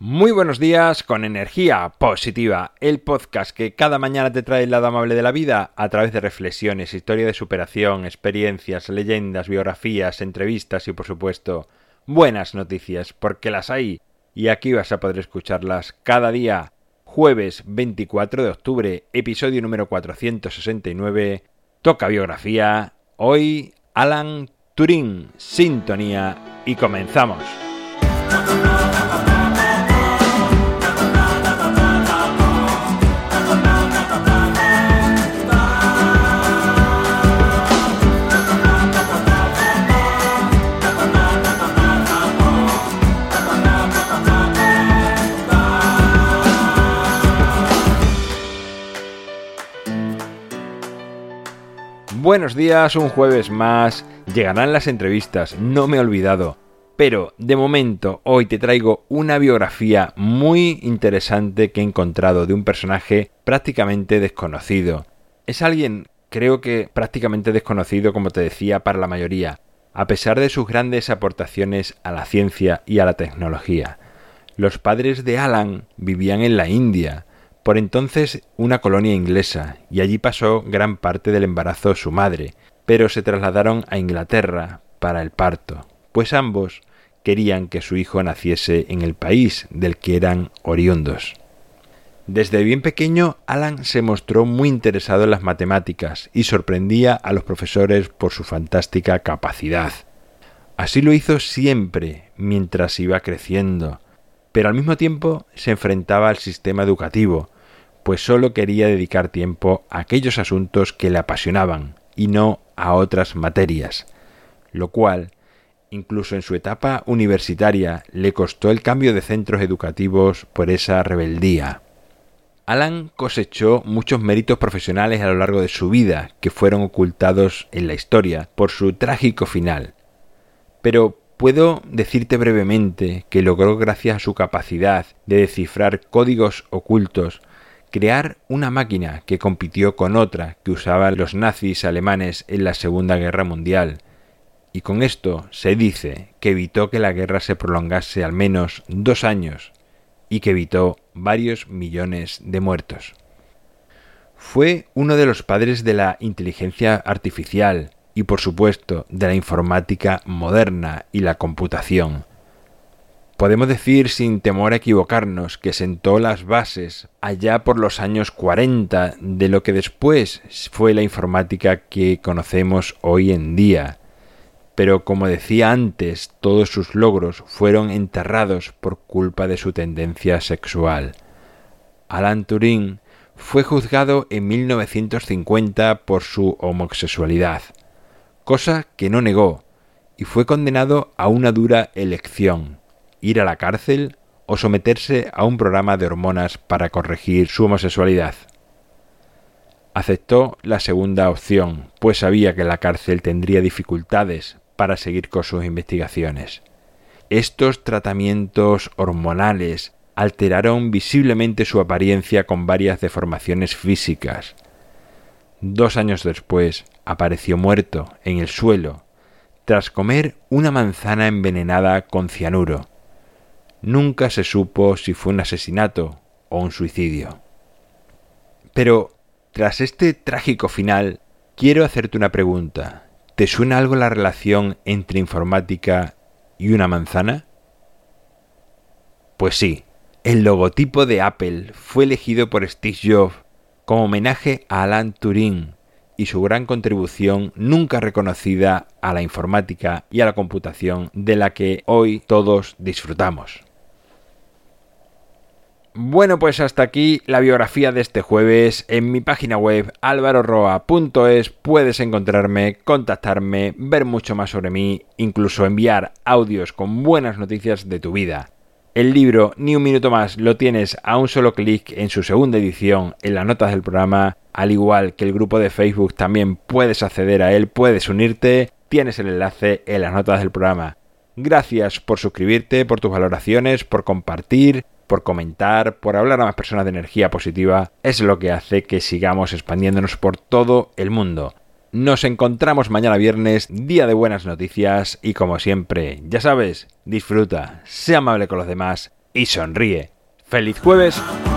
Muy buenos días con energía positiva, el podcast que cada mañana te trae el lado amable de la vida a través de reflexiones, historia de superación, experiencias, leyendas, biografías, entrevistas y por supuesto buenas noticias, porque las hay y aquí vas a poder escucharlas cada día. Jueves 24 de octubre, episodio número 469, toca biografía, hoy Alan Turing, sintonía y comenzamos. Buenos días, un jueves más, llegarán las entrevistas, no me he olvidado, pero de momento hoy te traigo una biografía muy interesante que he encontrado de un personaje prácticamente desconocido. Es alguien, creo que prácticamente desconocido, como te decía, para la mayoría, a pesar de sus grandes aportaciones a la ciencia y a la tecnología. Los padres de Alan vivían en la India, por entonces una colonia inglesa, y allí pasó gran parte del embarazo de su madre, pero se trasladaron a Inglaterra para el parto, pues ambos querían que su hijo naciese en el país del que eran oriundos. Desde bien pequeño, Alan se mostró muy interesado en las matemáticas y sorprendía a los profesores por su fantástica capacidad. Así lo hizo siempre mientras iba creciendo, pero al mismo tiempo se enfrentaba al sistema educativo, pues solo quería dedicar tiempo a aquellos asuntos que le apasionaban y no a otras materias, lo cual, incluso en su etapa universitaria, le costó el cambio de centros educativos por esa rebeldía. Alan cosechó muchos méritos profesionales a lo largo de su vida que fueron ocultados en la historia por su trágico final. Pero puedo decirte brevemente que logró, gracias a su capacidad de descifrar códigos ocultos, crear una máquina que compitió con otra que usaban los nazis alemanes en la Segunda Guerra Mundial, y con esto se dice que evitó que la guerra se prolongase al menos 2 años y que evitó varios millones de muertos. Fue uno de los padres de la inteligencia artificial y, por supuesto, de la informática moderna y la computación. Podemos decir sin temor a equivocarnos que sentó las bases allá por los años 40 de lo que después fue la informática que conocemos hoy en día. Pero como decía antes, todos sus logros fueron enterrados por culpa de su tendencia sexual. Alan Turing fue juzgado en 1950 por su homosexualidad, cosa que no negó, y fue condenado a una dura elección: ir a la cárcel o someterse a un programa de hormonas para corregir su homosexualidad. Aceptó la segunda opción, pues sabía que en la cárcel tendría dificultades para seguir con sus investigaciones. Estos tratamientos hormonales alteraron visiblemente su apariencia con varias deformaciones físicas. 2 años después apareció muerto en el suelo tras comer una manzana envenenada con cianuro. Nunca se supo si fue un asesinato o un suicidio. Pero, tras este trágico final, quiero hacerte una pregunta. ¿Te suena algo la relación entre informática y una manzana? Pues sí, el logotipo de Apple fue elegido por Steve Jobs como homenaje a Alan Turing y su gran contribución nunca reconocida a la informática y a la computación de la que hoy todos disfrutamos. Bueno, pues hasta aquí la biografía de este jueves. En mi página web alvaroroa.es puedes encontrarme, contactarme, ver mucho más sobre mí, incluso enviar audios con buenas noticias de tu vida. El libro Ni un minuto más lo tienes a un solo clic en su segunda edición en las notas del programa, al igual que el grupo de Facebook también puedes acceder a él, puedes unirte, tienes el enlace en las notas del programa. Gracias por suscribirte, por tus valoraciones, por compartir, por comentar, por hablar a más personas de energía positiva. Es lo que hace que sigamos expandiéndonos por todo el mundo. Nos encontramos mañana viernes, día de buenas noticias, y como siempre, ya sabes, disfruta, sé amable con los demás y sonríe. ¡Feliz jueves!